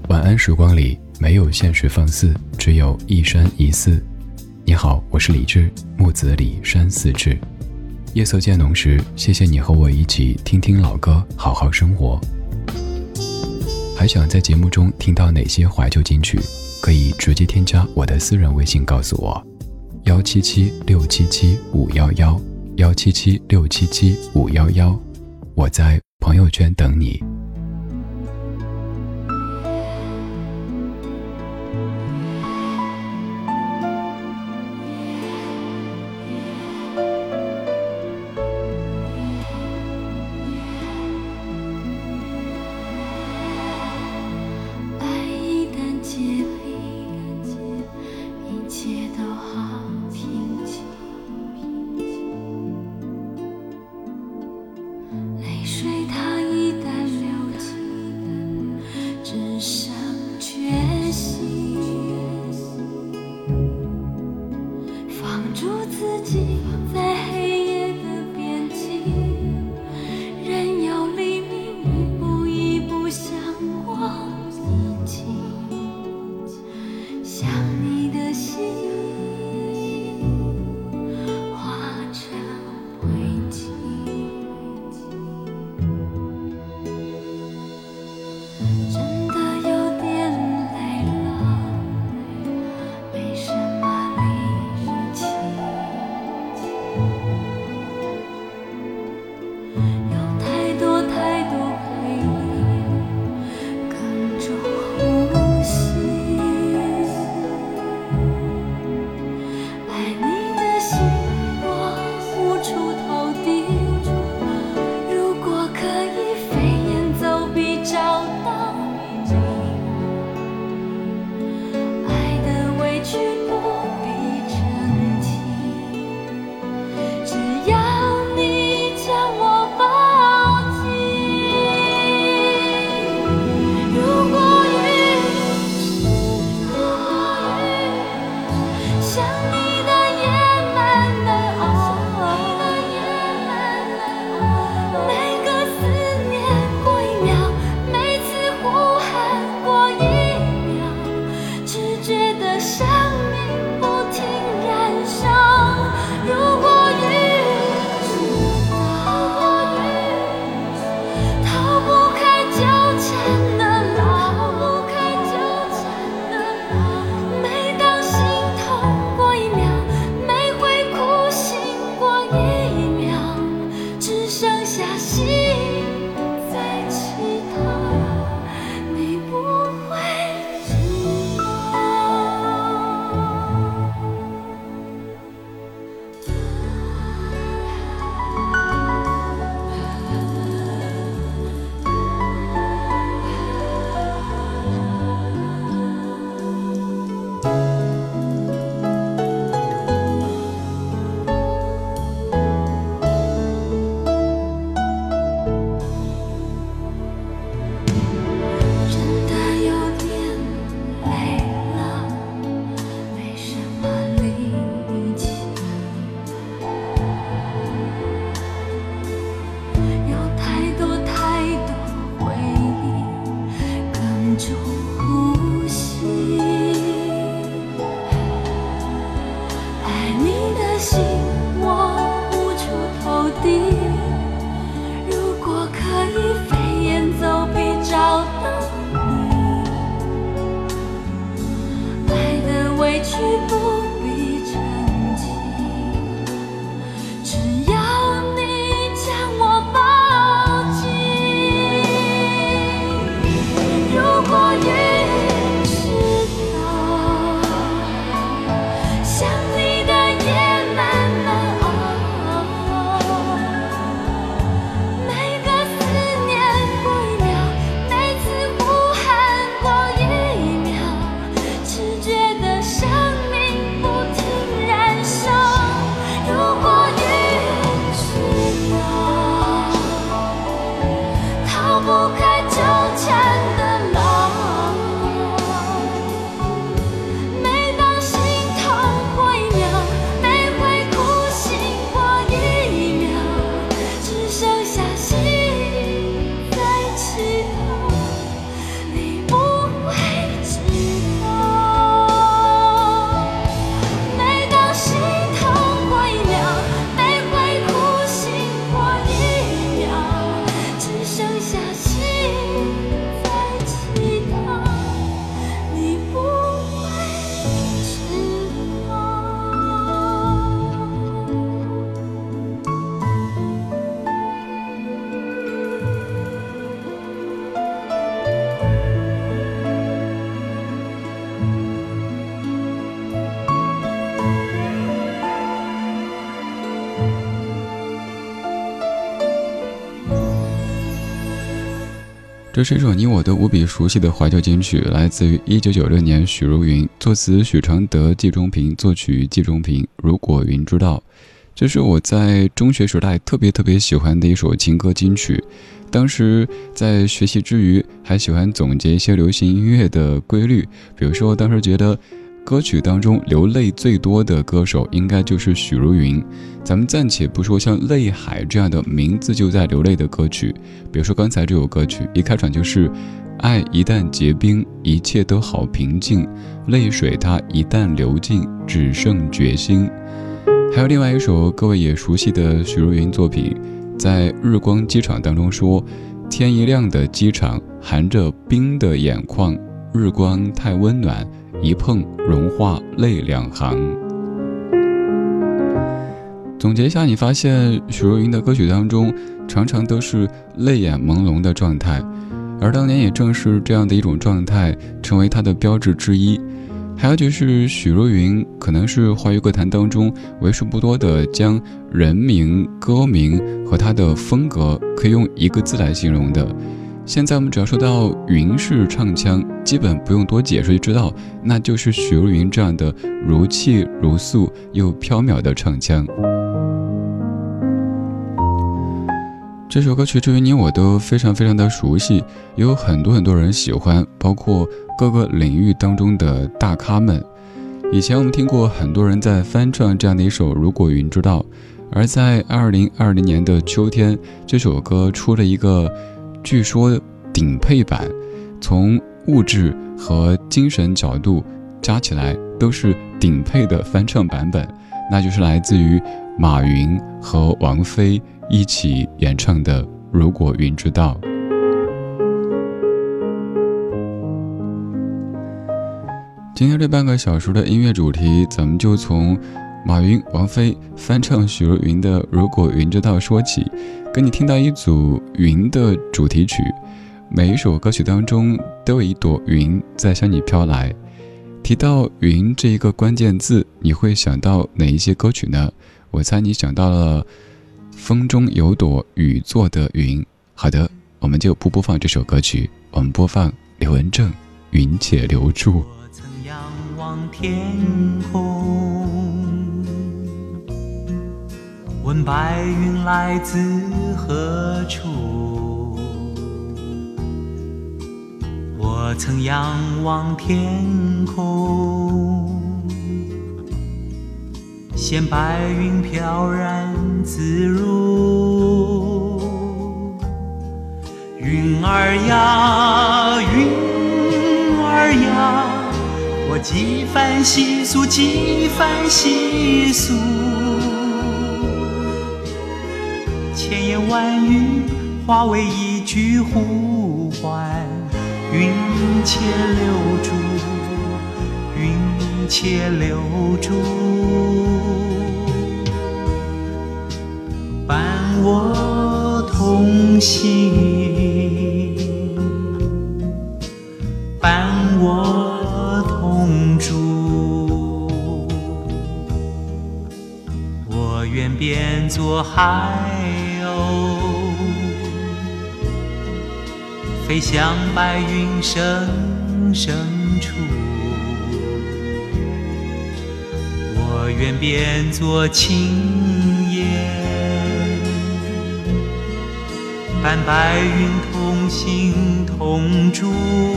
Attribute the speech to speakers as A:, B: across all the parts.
A: 晚安时光里没有现实放肆，只有一山一寺。你好，我是李志，木子李，山寺志。夜色渐浓时，谢谢你和我一起听听老歌，好好生活。还想在节目中听到哪些怀旧金曲，可以直接添加我的私人微信告诉我，177677511，177677511，我在朋友圈等你。
B: 如果
A: 这是一首你我都无比熟悉的怀旧金曲，来自于1996年许茹芸，作词许常德、季中平，作曲季中平。如果云知道，这是我在中学时代特别喜欢的一首情歌金曲。当时在学习之余，还喜欢总结一些流行音乐的规律，比如说当时觉得歌曲当中流泪最多的歌手应该就是许茹芸。咱们暂且不说像《泪海》这样的名字就在流泪的歌曲，比如说刚才这首歌曲一开场就是爱一旦结冰，一切都好平静，泪水它一旦流尽，只剩决心。还有另外一首各位也熟悉的许茹芸作品，在日光机场当中说，天一亮的机场含着冰的眼眶，日光太温暖，一碰融化泪两行。总结一下，你发现许茹芸的歌曲当中常常都是泪眼朦胧的状态，而当年也正是这样的一种状态成为她的标志之一。还有就是许茹芸可能是华语歌坛当中为数不多的将人名、歌名和她的风格可以用一个字来形容的。现在我们只要说到芸式唱腔，基本不用多解释就知道，那就是许茹芸这样的如泣如诉又飘渺的唱腔。这首歌曲至于你我都非常的熟悉，也有很多人喜欢，包括各个领域当中的大咖们。以前我们听过很多人在翻唱这样的一首《如果云知道》，而在2020年的秋天，这首歌出了一个据说顶配版，从物质和精神角度加起来都是顶配的翻唱版本，那就是来自于马云和王菲一起演唱的《如果云知道》。今天这半个小时的音乐主题，咱们就从马云、王菲翻唱许茹芸的《如果云知道》说起，跟你听到一组云的主题曲，每一首歌曲当中都有一朵云在向你飘来。提到云这一个关键字，你会想到哪一些歌曲呢？我猜你想到了风中有朵雨做的云。好的，我们就不播放这首歌曲，我们播放刘文正《云且留住》。
B: 我曾仰望天空，问白云来自何处。我曾仰望天空，见白云飘然自如。云儿呀，云儿呀，我几番细诉，几番细诉，千言万语化为一句呼唤。云且留住，云且留住，伴我同行，伴我同住。我愿变作海鸥，飞向白云深处。我愿变作青烟，伴白云同行同住。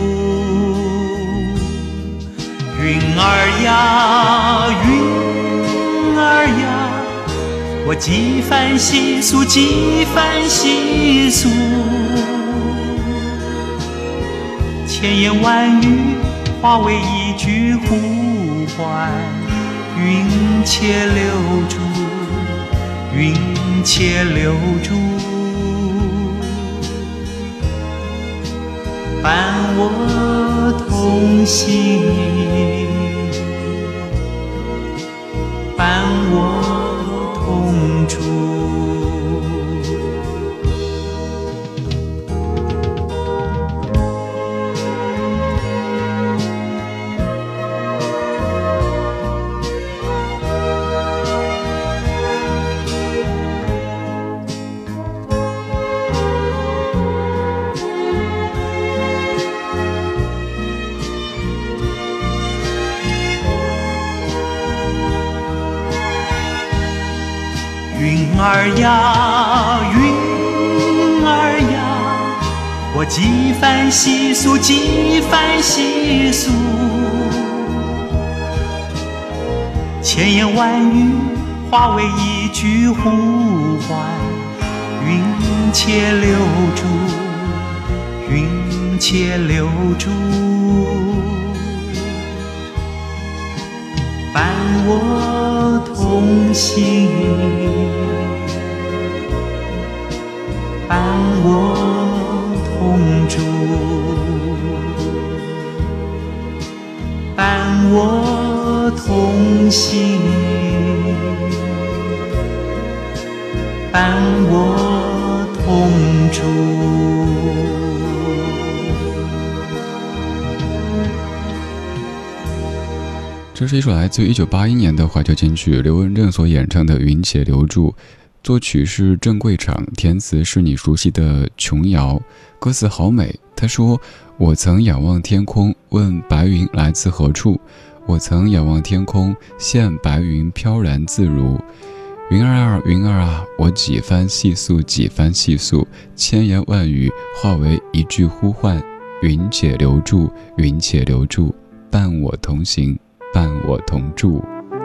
B: 云儿呀，云儿呀，我几番细诉，几番细诉，千言万语化为一句呼唤。云且留住，云且留住，伴我同行，伴我同住。 儿呀，云儿呀，我几番细诉，几番细诉，千言万语化为一句呼唤，云且留住，云且留住，伴我同行，伴我同住，伴我同行，伴我同住。
A: 这是一首来自于1981年的怀旧金曲，刘文正所演唱的《云且留住》，作曲是郑贵场，填词是你熟悉的琼瑶，歌词好美。他说：我曾仰望天空，问白云来自何处，我曾仰望天空，见白云飘然自如。云儿啊，云儿啊，我几番细诉，几番细诉，千言万语化为一句呼唤，云且留住，云且留住，伴我同行，伴我同住。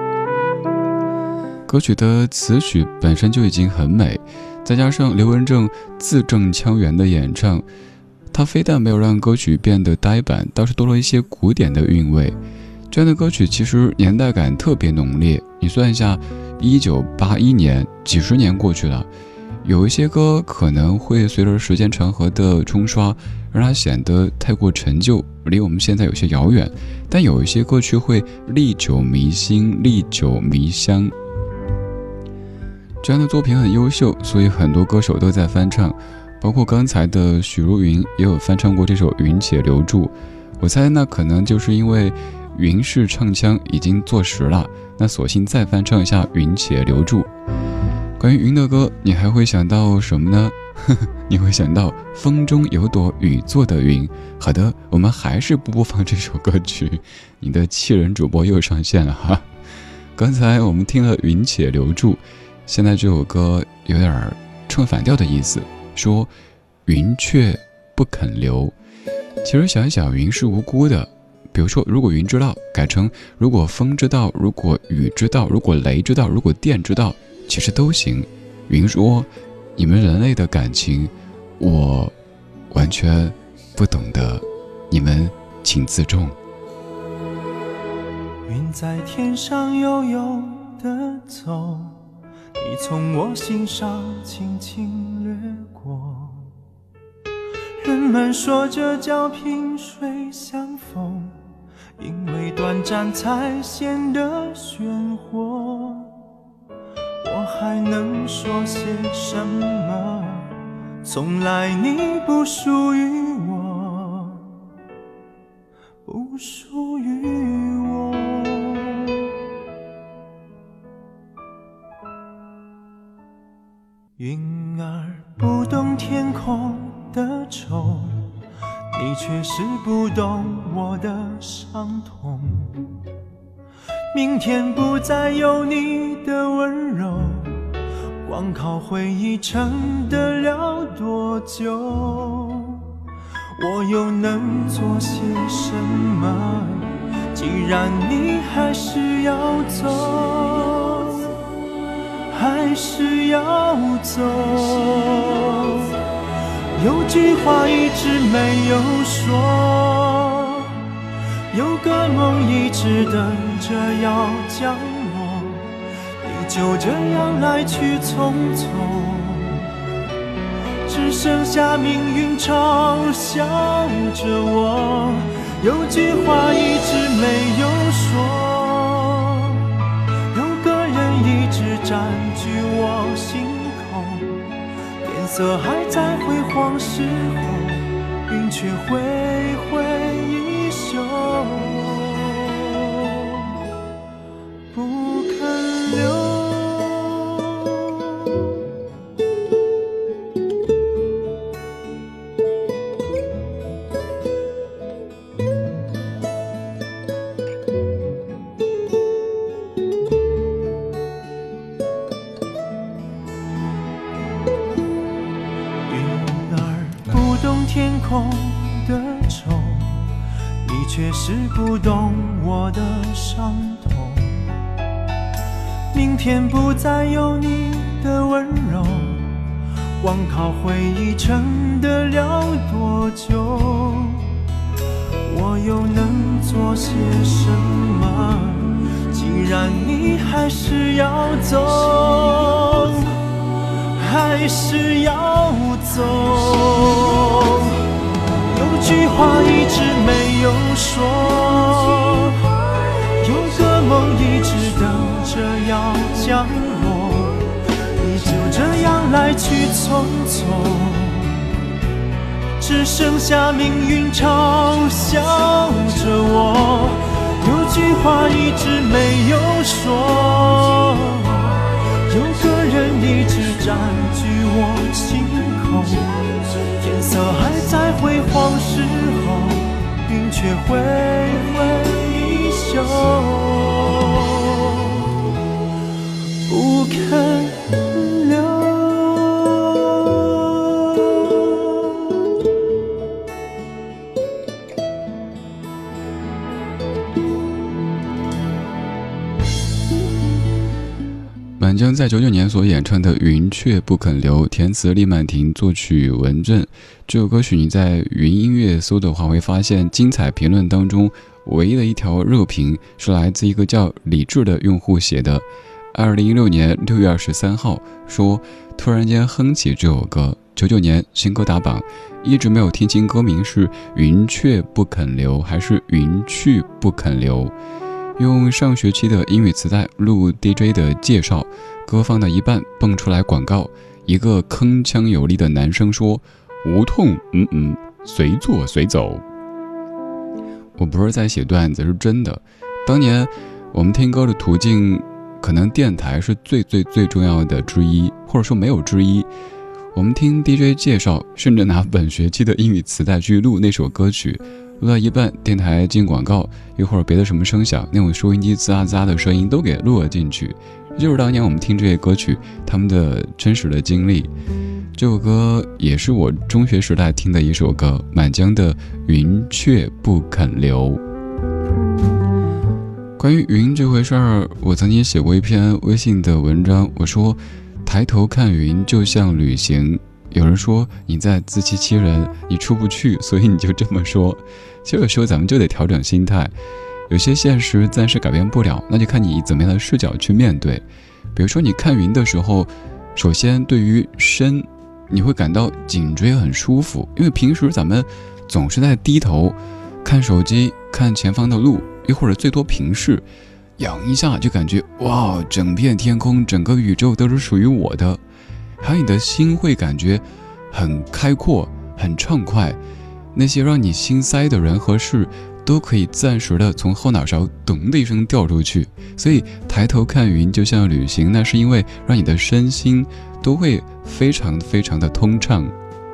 A: 歌曲的词曲本身就已经很美，再加上刘文正字正腔圆的演唱，他非但没有让歌曲变得呆板，倒是多了一些古典的韵味。这样的歌曲其实年代感特别浓烈，你算一下1981年，几十年过去了，有一些歌可能会随着时间长河的冲刷，让它显得太过陈旧，离我们现在有些遥远，但有一些歌曲会历久弥新，历久弥香。这样的作品很优秀，所以很多歌手都在翻唱，包括刚才的许茹芸也有翻唱过这首《云且留住》。我猜那可能就是因为云式唱腔已经坐实了，那索性再翻唱一下《云且留住》。关于云的歌，你还会想到什么呢？你会想到风中有朵雨做的云。好的，我们还是不播放这首歌曲，你的气人主播又上线了哈。刚才我们听了《云且留住》，现在这首歌有点唱反调的意思，说云却不肯留。其实想一想，云是无辜的，比如说如果云知道改成如果风知道，如果雨知道，如果雷知道，如果电知道，其实都行。云说你们人类的感情我完全不懂得，你们请自重。
B: 云在天上悠悠地走，你从我心上轻轻掠过。人们说这叫萍水相逢，因为短暂才显得鲜活。我还能说些什么？从来你不属于我，不属于我。云儿不懂天空的愁，你却是不懂我的伤痛。明天不再有你的温柔，光靠回忆撑得了多久？我又能做些什么？既然你还是要走，还是要走。有句话一直没有说，有个梦一直等着要降落，你就这样来去匆匆，只剩下命运嘲笑着我。有句话一直没有说，有个人一直占据我心口，天色还在辉煌时候，云却挥挥衣袖，不肯留。 却是不懂我的伤痛。明天不再有你的温柔，光靠回忆撑得了多久？我又能做些什么？既然你还是要走，还是要走。有句话一直没有说，有个梦一直等着要降落，你就这样来去匆匆，只剩下命运嘲笑着我。有句话一直没有说，有个人一直占据我心口，天色还在辉煌时候，云却挥挥衣袖，不肯留。
A: 满江在99年所演唱的《云却不肯留》，填词厉曼婷，作曲文正。这首歌曲你在云音乐搜的话，会发现精彩评论当中唯一的一条热评是来自一个叫李志的用户写的。2016年6月23号说，突然间哼起这首歌，99年新歌打榜，一直没有听清歌名是云却不肯留还是云去不肯留。用上学期的英语磁带录 DJ 的介绍，歌放到一半蹦出来广告，一个铿锵有力的男生说，无痛随做随走。我不是在写段子，是真的。当年我们听歌的途径，可能电台是最重要的之一，或者说没有之一。我们听 DJ 介绍，甚至拿本学期的英语磁带去录那首歌曲，录到一半，电台进广告，一会儿别的什么声响，那种收音机滋啊滋啊的声音都给录了进去。这就是当年我们听这些歌曲他们的真实的经历。这首歌也是我中学时代听的一首歌，满江的《云却不肯留》。关于云这回事儿，我曾经写过一篇微信的文章，我说抬头看云就像旅行。有人说你在自欺欺人，你出不去，所以你就这么说。其实有时候咱们就得调整心态，有些现实暂时改变不了，那就看你怎么样的视角去面对。比如说你看云的时候，首先对于身你会感到颈椎很舒服，因为平时咱们总是在低头看手机，看前方的路，又或者最多平视，仰一下就感觉哇，整片天空，整个宇宙都是属于我的。还有你的心会感觉很开阔，很畅快，那些让你心塞的人和事都可以暂时的从后脑勺咚的一声掉出去。所以抬头看云就像旅行，那是因为让你的身心都会非常的通畅。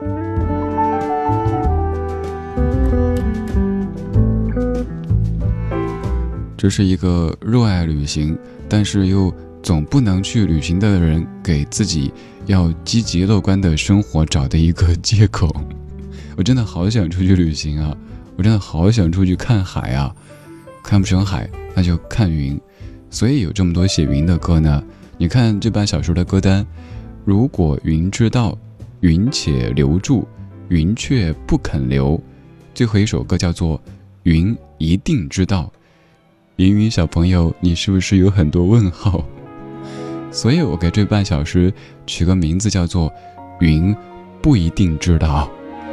A: 这是一个热爱旅行但是又总不能去旅行的人给自己要积极乐观的生活找的一个借口。我真的好想出去旅行啊，我真的好想出去看海啊，看不成海那就看云。所以有这么多写云的歌呢。你看这半小时的歌单，如果云知道，云且留住，云却不肯留，最后一首歌叫做云一定知道。云云小朋友，你是不是有很多问号？所以我给这半小时取个名字叫做云不一定知道。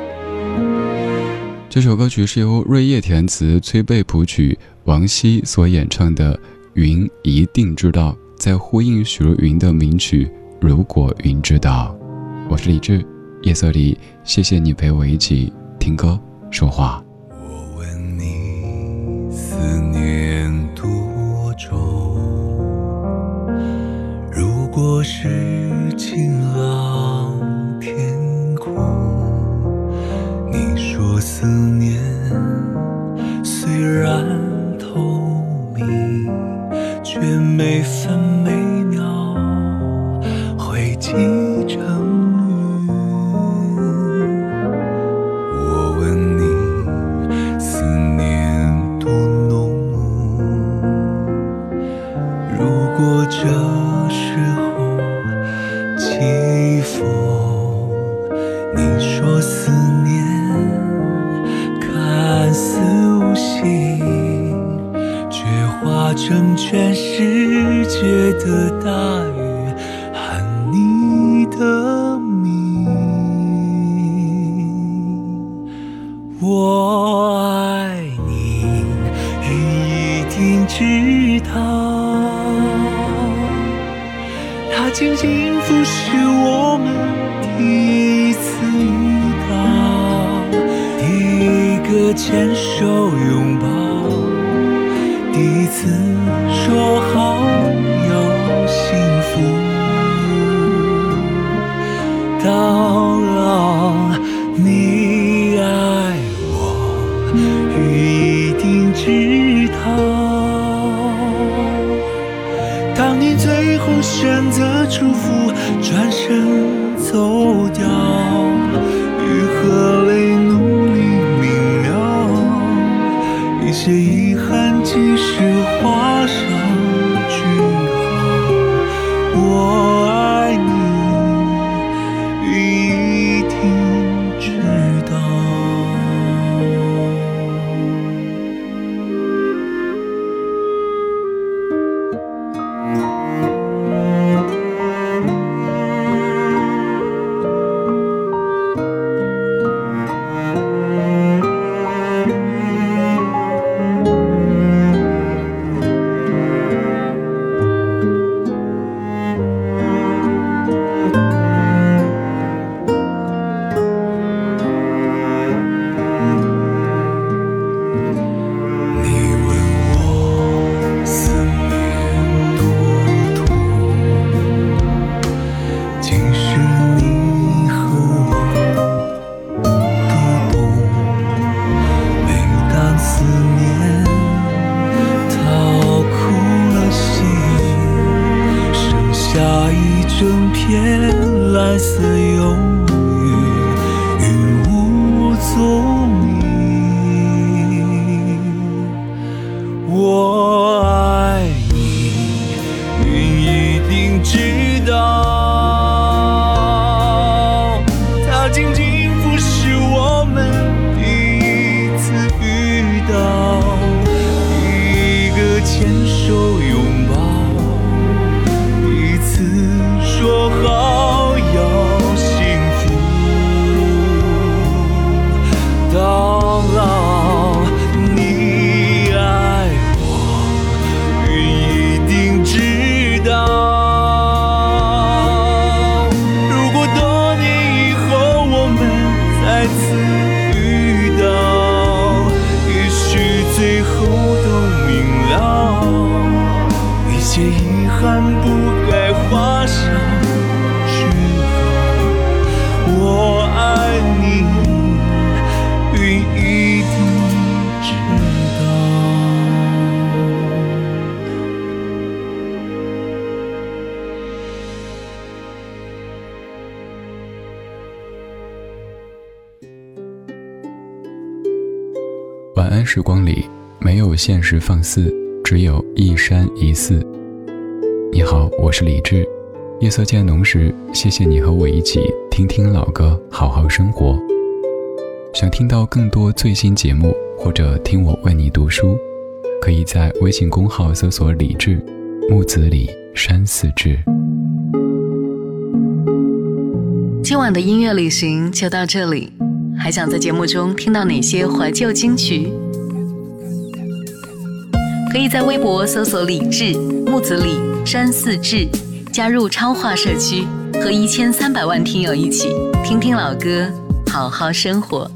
A: 这首歌曲是由瑞叶填词，崔贝谱曲，王希所演唱的云一定知道，在呼应许茹芸的名曲如果云知道。我是李志，夜色里谢谢你陪我一起听歌说话。
C: 我问你思念多重，如果是晴朗天空，你说思念虽然透明，却每分每秒汇集成云。我问你思念全世界的大雨喊你的名，我爱你，雨一定知道，它仅仅不是我们第一次遇到，第一个牵手拥抱，第一次说好要幸福到老，你爱我，雨一定知道。当你最后选择祝福，转身走掉，雨和泪努力明了，一些遗憾即使画上句号，我爱你，雨一定知道。整片蓝色忧郁，云无踪影。我爱你，云一定知道，它仅仅不是我们第一次遇到，第一个牵手拥抱，说好要幸福到老，你爱我，云一定知道。如果多年以后我们再次遇到，也许最后都明了，一切遗憾不该画上。我爱你，云一定知道。
A: 晚安时光里，没有现实放肆，只有一山一寺。你好，我是李志。夜色渐浓时，谢谢你和我一起听听老歌，好好生活。想听到更多最新节目，或者听我为你读书，可以在微信公号搜索李志，木子李，山寺志。
D: 今晚的音乐旅行就到这里，还想在节目中听到哪些怀旧金曲？可以在微博搜索李志，木子李，山寺志，加入超话社区，和1300万听友一起听听老歌，好好生活。